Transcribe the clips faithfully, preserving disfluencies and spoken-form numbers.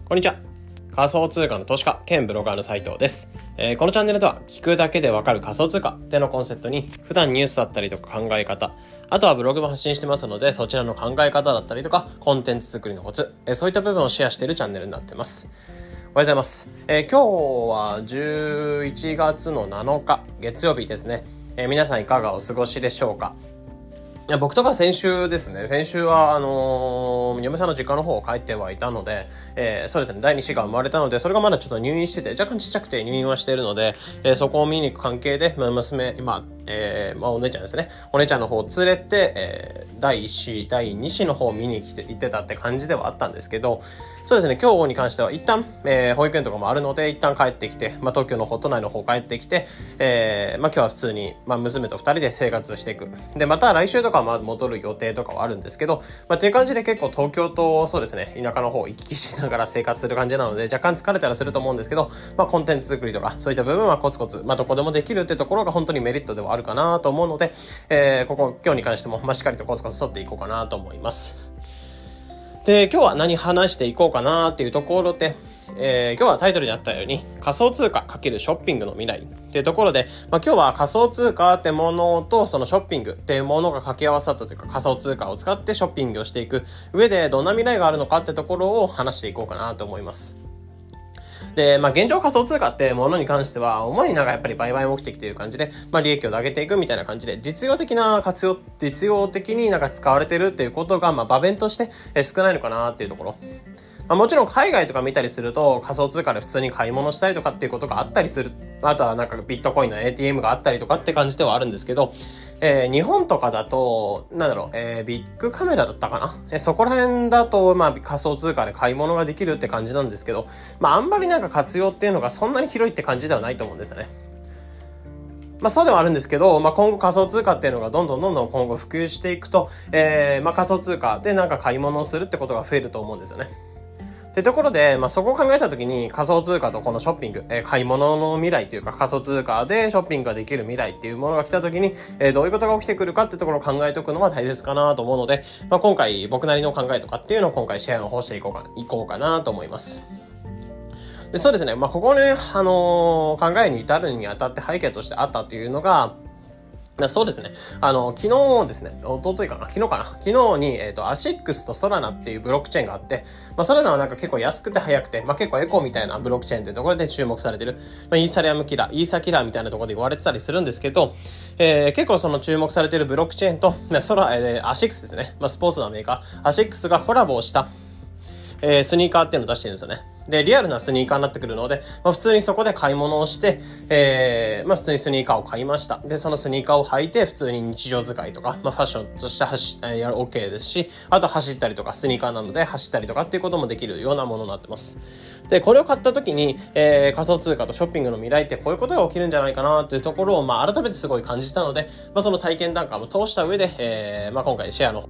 こんにちは。仮想通貨の投資家兼ブロガーの斉藤です。えー、このチャンネルでは聞くだけでわかる仮想通貨ってのコンセプトに普段ニュースだったりとか考え方、あとはブログも発信してますので、そちらの考え方だったりとかコンテンツ作りのコツ、えー、そういった部分をシェアしているチャンネルになっています。おはようございます。えー、今日はじゅういちがつのなのか月曜日ですね。えー、皆さんいかがお過ごしでしょうか。いや僕とか先週ですね、先週はあのー、嫁さんの実家の方を帰ってはいたので、えー、そうですね、だいに子が生まれたので、それがまだちょっと入院してて、若干ちっちゃくて入院はしているので、えー、そこを見に行く関係で、まあ、娘、今、えー、まあお姉ちゃんですね、お姉ちゃんの方を連れて、えー、だいいち子、だいに子の方を見に来て、行ってたって感じではあったんですけど、そうですね、今日に関しては一旦、えー、保育園とかもあるので、一旦帰ってきて、まあ東京の方、都内の方帰ってきて、えー、まあ今日は普通に、まあ娘と二人で生活していく。で、また来週とかまあ戻る予定とかはあるんですけど、まあっていう感じで結構東京とそうですね、田舎の方を行き来しながら生活する感じなので、若干疲れたらすると思うんですけど、まあコンテンツ作りとか、そういった部分はコツコツ、まあどこでもできるってところが本当にメリットではあるかなと思うので、えー、ここ今日に関しても、まあしっかりとコツコツ取っていこうかなと思います。で、今日は何話していこうかなっていうところで、えー、今日はタイトルにあったように仮想通貨×ショッピングの未来っていうところで、まあ、今日は仮想通貨ってものとそのショッピングっていうものが掛け合わさったというか、仮想通貨を使ってショッピングをしていく上でどんな未来があるのかってところを話していこうかなと思います。で、まあ、現状仮想通貨ってものに関しては、主になんかやっぱり売買目的という感じで、まあ、利益を上げていくみたいな感じで、実用的な活用、実用的になんか使われてるっていうことが、まあ、場面として少ないのかなっていうところ。まあ、もちろん海外とか見たりすると仮想通貨で普通に買い物したりとかっていうことがあったりする。あとはなんかビットコインの エーティーエム があったりとかって感じではあるんですけど、えー、日本とかだと、なんだろう、えー、ビッグカメラだったかな、えー、そこら辺だと、まあ仮想通貨で買い物ができるって感じなんですけど、まああんまりなんか活用っていうのがそんなに広いって感じではないと思うんですよね。まあそうではあるんですけど、まあ今後仮想通貨っていうのがどんどんどんどん今後普及していくと、えー、まあ仮想通貨でなんか買い物をするってことが増えると思うんですよね。ってところで、まあ、そこを考えたときに仮想通貨とこのショッピング、えー、買い物の未来というか仮想通貨でショッピングができる未来っていうものが来たときに、えー、どういうことが起きてくるかってところを考えておくのは大切かなと思うので、まあ、今回僕なりの考えとかっていうのを今回シェアの方していこうか、いこうかなと思います。で、そうですね。まあ、ここね、あのー、考えに至るにあたって背景としてあったっていうのが、そうですね。あの、昨日ですね、一昨日かな昨日かな昨日に、えっと、アシックスとソラナっていうブロックチェーンがあって、まあ、ソラナはなんか結構安くて早くて、まあ、結構エコみたいなブロックチェーンってところで注目されてる、まあ、イーサリアムキラー、イーサキラーみたいなところで言われてたりするんですけど、えー、結構その注目されてるブロックチェーンと、まあ、ソラ、えー、アシックスですね。まあ、スポーツのメーカー、アシックスがコラボをした、えー、スニーカーっていうのを出してるんですよね。で、リアルなスニーカーになってくるので、まあ、普通にそこで買い物をして、えー、まあ普通にスニーカーを買いました。で、そのスニーカーを履いて、普通に日常使いとか、まあファッションとして走、えー、やる OK ですし、あと走ったりとか、スニーカーなので走ったりとかっていうこともできるようなものになってます。で、これを買った時に、えー、仮想通貨とショッピングの未来ってこういうことが起きるんじゃないかなというところを、まあ改めてすごい感じたので、まあその体験談話も通した上で、えー、まあ今回シェアの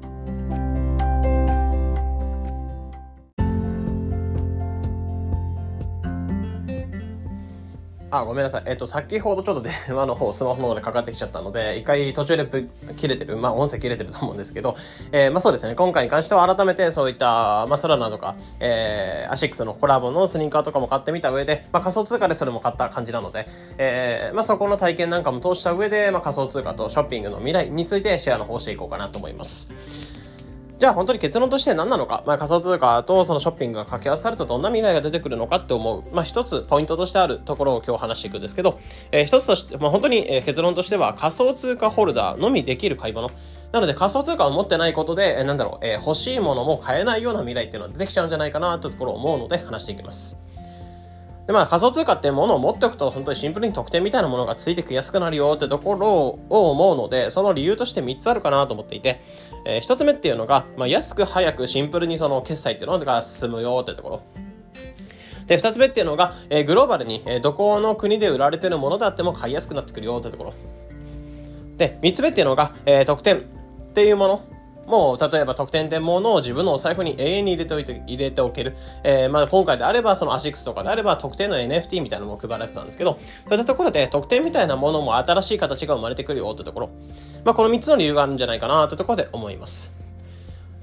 あ、ごめんなさい。えっと、先ほどちょっと電話の方、スマホの方でかかってきちゃったので、一回途中で切れてる、まあ音声切れてると思うんですけど、えー、まあそうですね、今回に関しては改めてそういった、まあソラナとか、えー、アシックスのコラボのスニーカーとかも買ってみた上で、まあ仮想通貨でそれも買った感じなので、えー、まあそこの体験なんかも通した上で、まあ仮想通貨とショッピングの未来についてシェアの方していこうかなと思います。じゃあ本当に結論として何なのか、まあ、仮想通貨とそのショッピングが掛け合わさるとどんな未来が出てくるのかって思う、まあ一つポイントとしてあるところを今日話していくんですけど、えー、一つとして、まあ本当に、えー、結論としては仮想通貨ホルダーのみできる買い物。なので仮想通貨を持ってないことで、えー、なんだろう、えー、欲しいものも買えないような未来っていうのは出てきちゃうんじゃないかなというところを思うので話していきます。で、まあ仮想通貨ってものを持っておくと本当にシンプルに特典みたいなものがついてきやすくなるよってところを思うので、その理由としてみっつあるかなと思っていて、えー、ひとつめっていうのが、まあ、安く早くシンプルにその決済っていうのが進むよってところ。で、二つ目っていうのが、えー、グローバルに、えー、どこの国で売られてるものであっても買いやすくなってくるよってところ。で、三つ目っていうのが、えー、特典っていうもの。もう、例えば特典ってものを自分のお財布に永遠に入れておいて、入れておける。えー、まあ今回であれば、そのアシックスとかであれば、特典の エヌエフティー みたいなのも配られてたんですけど、そういったところで特典みたいなものも新しい形が生まれてくるよってところ。まあこのみっつの理由があるんじゃないかなというところで思います。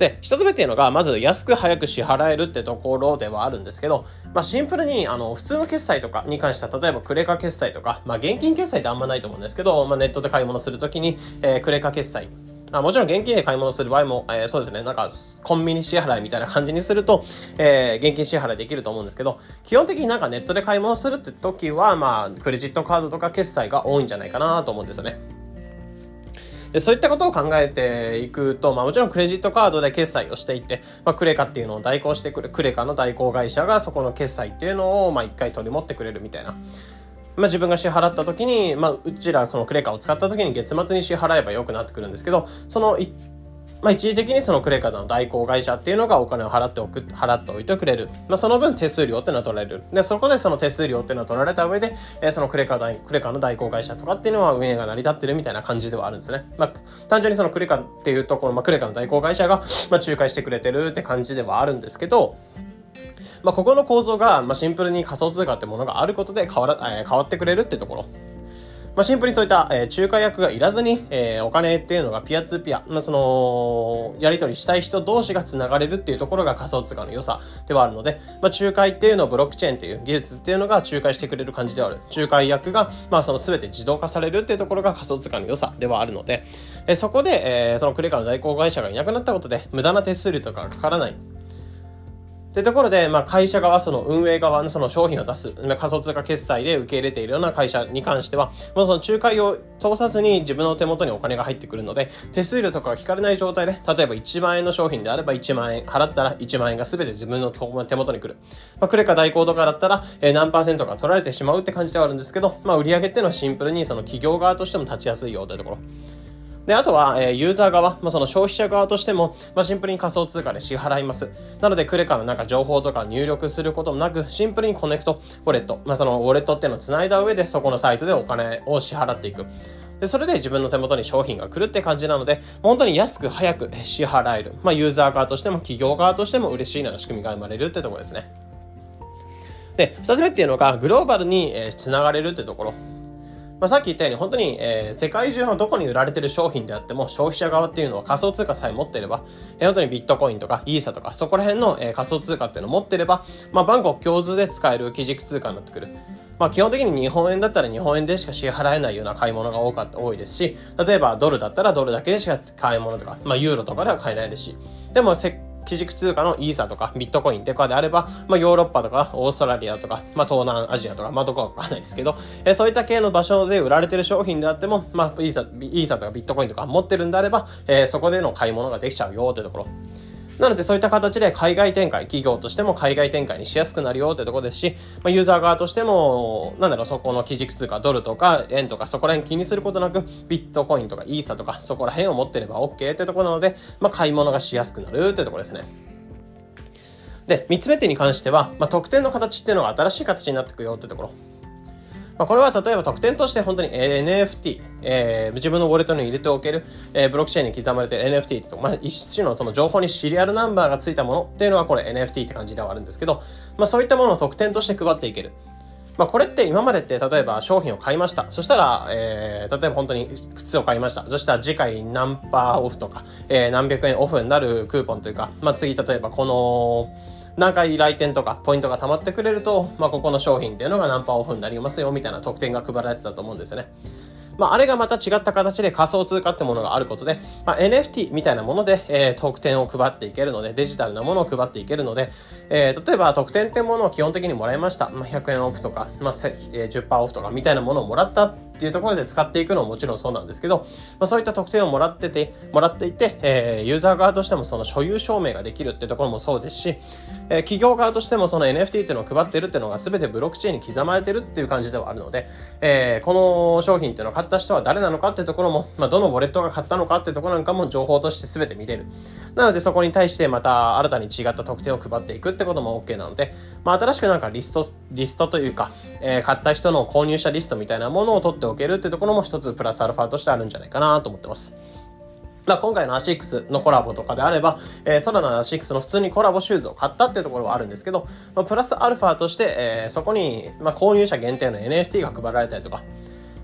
で、一つ目っていうのが、まず安く早く支払えるってところではあるんですけど、まあシンプルに、あの、普通の決済とかに関しては、例えばクレカ決済とか、まあ現金決済ってあんまないと思うんですけど、まあネットで買い物するときに、えー、クレカ決済。あもちろん現金で買い物する場合も、えー、そうですね、なんかコンビニ支払いみたいな感じにすると、えー、現金支払いできると思うんですけど、基本的になんかネットで買い物するって時は、まあ、クレジットカードとか決済が多いんじゃないかなと思うんですよね。でそういったことを考えていくと、まあもちろんクレジットカードで決済をしていって、まあクレカっていうのを代行してくる、クレカの代行会社がそこの決済っていうのを、まあ一回取り持ってくれるみたいな。まあ自分が支払った時に、まあうちらそのクレカを使った時に月末に支払えばよくなってくるんですけど、そのまあ一時的にそのクレカの代行会社っていうのがお金を払っておく、払っておいてくれる。まあその分手数料っていうのは取られる。で、そこでその手数料っていうのは取られた上で、えー、そのクレカ代、クレカの代行会社とかっていうのは運営が成り立ってるみたいな感じではあるんですね。まあ単純にそのクレカっていうところ、まあクレカの代行会社が、まあ仲介してくれてるって感じではあるんですけど、まあここの構造が、まあシンプルに仮想通貨ってものがあることで変わら、えー、変わってくれるってところ。まあ、シンプルにそういった、えー、仲介役がいらずに、えー、お金っていうのがピアツーピア、まあ、その、やり取りしたい人同士が繋がれるっていうところが仮想通貨の良さではあるので、まあ、仲介っていうのをブロックチェーンっていう技術っていうのが仲介してくれる感じではある。仲介役が、まあ、その全て自動化されるっていうところが仮想通貨の良さではあるので、えー、そこで、えー、そのクレカの代行会社がいなくなったことで、無駄な手数料とかがかからない。ってところで、まあ、会社側、その運営側のその商品を出す、仮想通貨決済で受け入れているような会社に関しては、もうその仲介を通さずに自分の手元にお金が入ってくるので、手数料とかが引かれない状態で、例えばいちまん円の商品であればいちまん円払ったらいちまん円が全て自分の手元に来る。まあ、クレカ代行とかだったら、えー、何パーセントか取られてしまうって感じではあるんですけど、まあ、売上っていうのはシンプルにその企業側としても立ちやすいよというところ。で、あとは、えー、ユーザー側、まあ、その消費者側としても、まあ、シンプルに仮想通貨で支払います。なので、クレカのなんか情報とか入力することもなく、シンプルにコネクト、ウォレット、まあ、そのウォレットっていうのを繋いだ上で、そこのサイトでお金を支払っていく。で、それで自分の手元に商品が来るって感じなので、本当に安く早く支払える。まあ、ユーザー側としても、企業側としても嬉しいような仕組みが生まれるってところですね。で、二つ目っていうのが、グローバルに、えー、繋がれるってところ。まあ、さっき言ったように本当に、えー、世界中のどこに売られてる商品であっても消費者側っていうのは仮想通貨さえ持っていれば、えー、本当にビットコインとかイーサとかそこら辺の、えー、仮想通貨っていうのを持っていれば、まあ、万国共通で使える基軸通貨になってくる。まあ、基本的に日本円だったら日本円でしか支払えないような買い物が多かった多いですし、例えばドルだったらドルだけでしか買い物とか、まあ、ユーロとかでは買えないですし、でもせ基軸通貨のイーサとかビットコインとかであれば、まあ、ヨーロッパとかオーストラリアとか、まあ、東南アジアとか、まあ、どこかわかんないですけど、えー、そういった系の場所で売られてる商品であっても、まあ、イーサ、イーサとかビットコインとか持ってるんであれば、えー、そこでの買い物ができちゃうよってところ。なのでそういった形で海外展開、企業としても海外展開にしやすくなるよってところですし、まあ、ユーザー側としても、なんだろう、そこの基軸通貨、ドルとか円とかそこら辺気にすることなく、ビットコインとかイーサとかそこら辺を持ってれば OK ってところなので、まあ、買い物がしやすくなるってところですね。で、三つ目手に関しては、まあ、特典の形っていうのが新しい形になっていくよってところ。まあ、これは例えば特典として本当に エヌエフティー、えー、自分のウォレットに入れておける、えー、ブロックチェーンに刻まれている エヌエフティー ってと、まあ、一種のその情報にシリアルナンバーがついたものっていうのはこれ エヌエフティー って感じではあるんですけど、まあ、そういったものを特典として配っていける。まあ、これって今までって例えば商品を買いました。そしたら、えー、例えば本当に靴を買いました。そしたら次回何パーオフとか、えー、何百円オフになるクーポンというか、まあ、次例えばこの何回来店とかポイントが溜まってくれると、まあ、ここの商品っていうのが何パーオフになりますよみたいな特典が配られてたと思うんですよね。まあ、あれがまた違った形で仮想通貨ってものがあることで、まあ、エヌエフティー みたいなもので、えー、特典を配っていけるので、デジタルなものを配っていけるので、えー、例えば特典ってものを基本的にもらいました。まあ、ひゃくえんオフとか、まあ、じゅっパーセントオフとかみたいなものをもらったっていうところで使っていくのももちろんそうなんですけど、まあ、そういった特典をもらってて、もらっていて、えー、ユーザー側としてもその所有証明ができるってところもそうですし、えー、企業側としてもその エヌエフティー っていうのを配ってるっていうのが全てブロックチェーンに刻まれてるっていう感じではあるので、えー、この商品っていうのを買った人は誰なのかってところも、まあ、どのウォレットが買ったのかってところなんかも情報として全て見れる。なのでそこに対してまた新たに違った特典を配っていくってことも OK なので、まあ、新しくなんかリスト、リストというか、えー、買った人の購入者リストみたいなものを取っておけるってところも一つプラスアルファとしてあるんじゃないかなと思ってます。まあ、今回のアシックスのコラボとかであれば、えー、ソラのアシックスの普通にコラボシューズを買ったっていうところはあるんですけど、まあ、プラスアルファとして、えー、そこに、まあ、購入者限定の エヌエフティー が配られたりとか、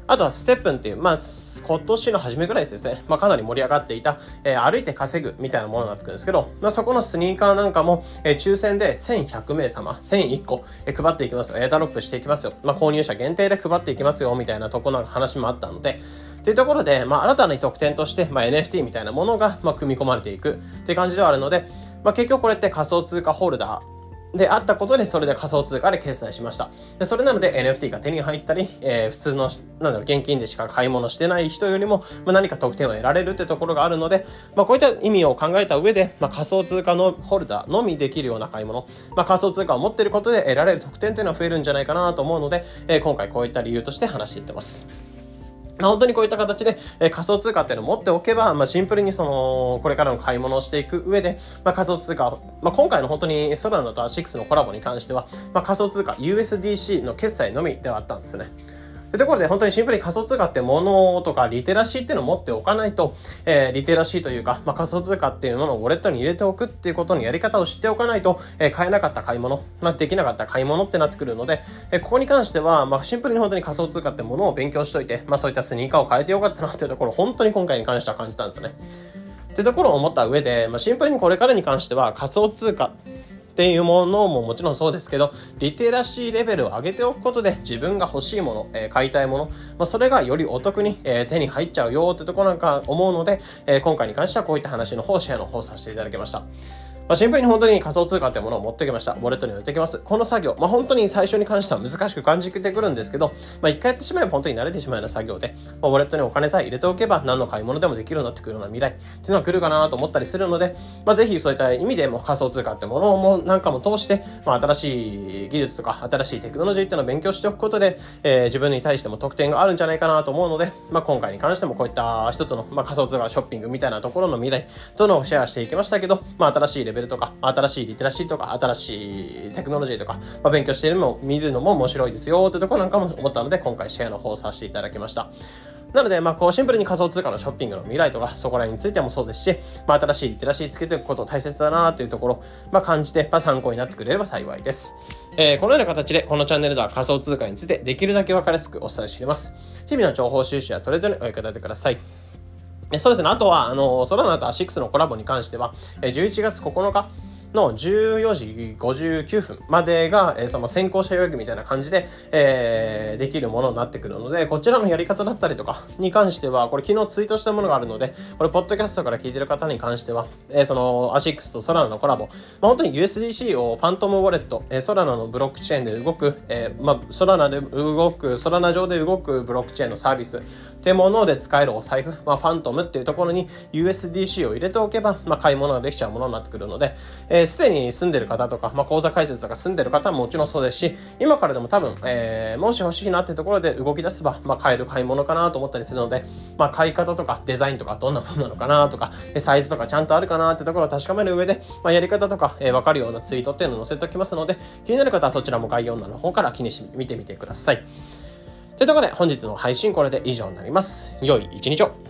あとはステップンっていう、まあ、今年の初めぐらいですね、まあ、かなり盛り上がっていた、えー、歩いて稼ぐみたいなものになってくるんですけど、まあ、そこのスニーカーなんかも、えー、抽選でせんひゃくめいさま、せんいっこ、えー、配っていきますよ。エアドロップしていきますよ。まあ、購入者限定で配っていきますよ、みたいなところの話もあったので、というところで、まあ、新たな特典として、まあ、エヌエフティー みたいなものが、まあ、組み込まれていくって感じではあるので、まあ、結局これって仮想通貨ホルダー、であったことで、それで仮想通貨で決済しました。でそれなので エヌエフティー が手に入ったり、えー、普通のなんだろう現金でしか買い物してない人よりも、まあ、何か特典を得られるってところがあるので、まあ、こういった意味を考えた上で、まあ、仮想通貨のホルダーのみできるような買い物、まあ、仮想通貨を持っていることで得られる特典っていうのは増えるんじゃないかなと思うので、えー、今回こういった理由として話していってます。本当にこういった形で、えー、仮想通貨っていうのを持っておけば、まあ、シンプルにその、これからの買い物をしていく上で、まあ、仮想通貨、まあ、今回の本当にソラナとアシックスのコラボに関しては、まあ、仮想通貨 ユーエスディーシー の決済のみではあったんですよね。というところで本当にシンプルに仮想通貨ってものとかリテラシーっていうのを持っておかないと、えー、リテラシーというか、まあ、仮想通貨っていうものをウォレットに入れておくっていうことのやり方を知っておかないと、えー、買えなかった買い物、まあ、できなかった買い物ってなってくるので、えー、ここに関しては、まあ、シンプルに本当に仮想通貨ってものを勉強しといて、まあ、そういったスニーカーを変えてよかったなっていうところを本当に今回に関しては感じたんですよね。っていうところを思った上で、まあ、シンプルにこれからに関しては仮想通貨っていうものももちろんそうですけど、リテラシーレベルを上げておくことで自分が欲しいもの、えー、買いたいもの、まあ、それがよりお得に、えー、手に入っちゃうよってところなんか思うので、えー、今回に関してはこういった話の方、シェアの方させていただきました。まあ、シンプルに本当に仮想通貨ってものを持ってきました。ウォレットに置いてきます。この作業、まあ、本当に最初に関しては難しく感じてくるんですけど、まあ、一回やってしまえば本当に慣れてしまうような作業で、まあ、ウォレットにお金さえ入れておけば何の買い物でもできるようになってくるような未来っていうのは来るかなと思ったりするので、まあ、ぜひそういった意味でも仮想通貨ってものもなんかも通して、まあ、新しい技術とか新しいテクノロジーっていうのを勉強しておくことで、えー、自分に対しても特典があるんじゃないかなと思うので、まあ、今回に関してもこういった一つの、まあ、仮想通貨ショッピングみたいなところの未来とのをシェアしていきましたけど、まあ、新しいレベルとか新しいリテラシーとか新しいテクノロジーとか、まあ、勉強しているのを見るのも面白いですよってところなんかも思ったので、今回シェアの方させていただきました。なので、まあ、こうシンプルに仮想通貨のショッピングの未来とかそこら辺についてもそうですし、まあ、新しいリテラシーつけていくこと大切だなというところ、まあ、感じて、まあ、参考になってくれれば幸いです。えー、このような形でこのチャンネルでは仮想通貨についてできるだけ分かりやすくお伝えしています。日々の情報収集やトレードにお役立てください。そうですね。あとは、あの、ソラナとアシックスのコラボに関しては、じゅういちがつここのかのじゅうよじごじゅうきゅうふんまでが、えー、その先行者予約みたいな感じで、えー、できるものになってくるので、こちらのやり方だったりとかに関しては、これ昨日ツイートしたものがあるので、これポッドキャストから聞いてる方に関しては、えー、そのアシックスとソラナのコラボ、まあ、本当に ユーエスディーシー をファントムウォレット、えー、ソラナのブロックチェーンで動く、えー、まあ、ソラナで動く、ソラナ上で動くブロックチェーンのサービスってもので使えるお財布、まあ、ファントムっていうところに ユーエスディーシー を入れておけば、まあ、買い物ができちゃうものになってくるので、えー、すでに住んでる方とか、まあ、口座開設とか住んでる方ももちろんそうですし、今からでも多分、えー、もし欲しいなっていうところで動き出せば、まあ、買える買い物かなと思ったりするので、まあ、買い方とかデザインとかどんなものなのかなとか、サイズとかちゃんとあるかなってところを確かめる上で、まあ、やり方とか、えー、分かるようなツイートっていうのを載せておきますので、気になる方はそちらも概要欄の方から気にしてみてみてください。というところで本日の配信これで以上になります。良い一日を。